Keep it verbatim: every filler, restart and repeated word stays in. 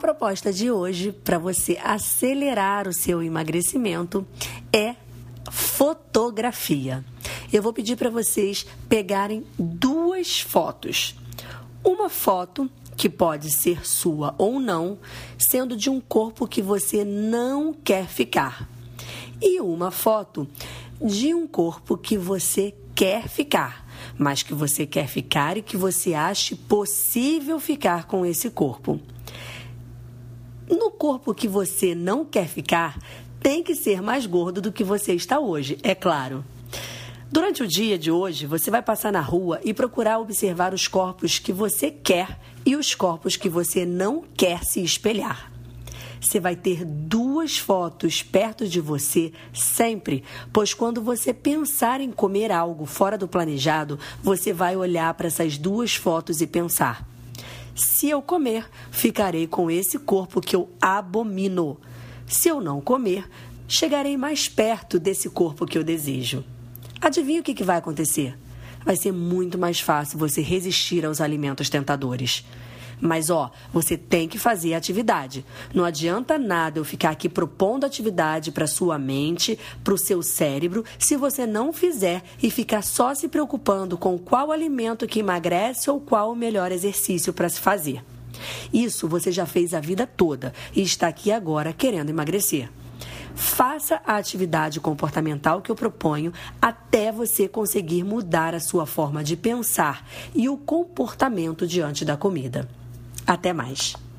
proposta de hoje para você acelerar o seu emagrecimento é fotografia. Eu vou pedir para vocês pegarem duas fotos. Uma foto que pode ser sua ou não, sendo de um corpo que você não quer ficar. E uma foto de um corpo que você quer ficar, mas que você quer ficar e que você ache possível ficar com esse corpo. No corpo que você não quer ficar, tem que ser mais gordo do que você está hoje, é claro. Durante o dia de hoje, você vai passar na rua e procurar observar os corpos que você quer e os corpos que você não quer se espelhar. Você vai ter duas fotos perto de você sempre, pois quando você pensar em comer algo fora do planejado, você vai olhar para essas duas fotos e pensar: se eu comer, ficarei com esse corpo que eu abomino. Se eu não comer, chegarei mais perto desse corpo que eu desejo. Adivinha o que vai acontecer? Vai ser muito mais fácil você resistir aos alimentos tentadores. Mas, ó, você tem que fazer atividade. Não adianta nada eu ficar aqui propondo atividade para sua mente, para o seu cérebro, se você não fizer e ficar só se preocupando com qual alimento que emagrece ou qual o melhor exercício para se fazer. Isso você já fez a vida toda e está aqui agora querendo emagrecer. Faça a atividade comportamental que eu proponho até você conseguir mudar a sua forma de pensar e o comportamento diante da comida. Até mais!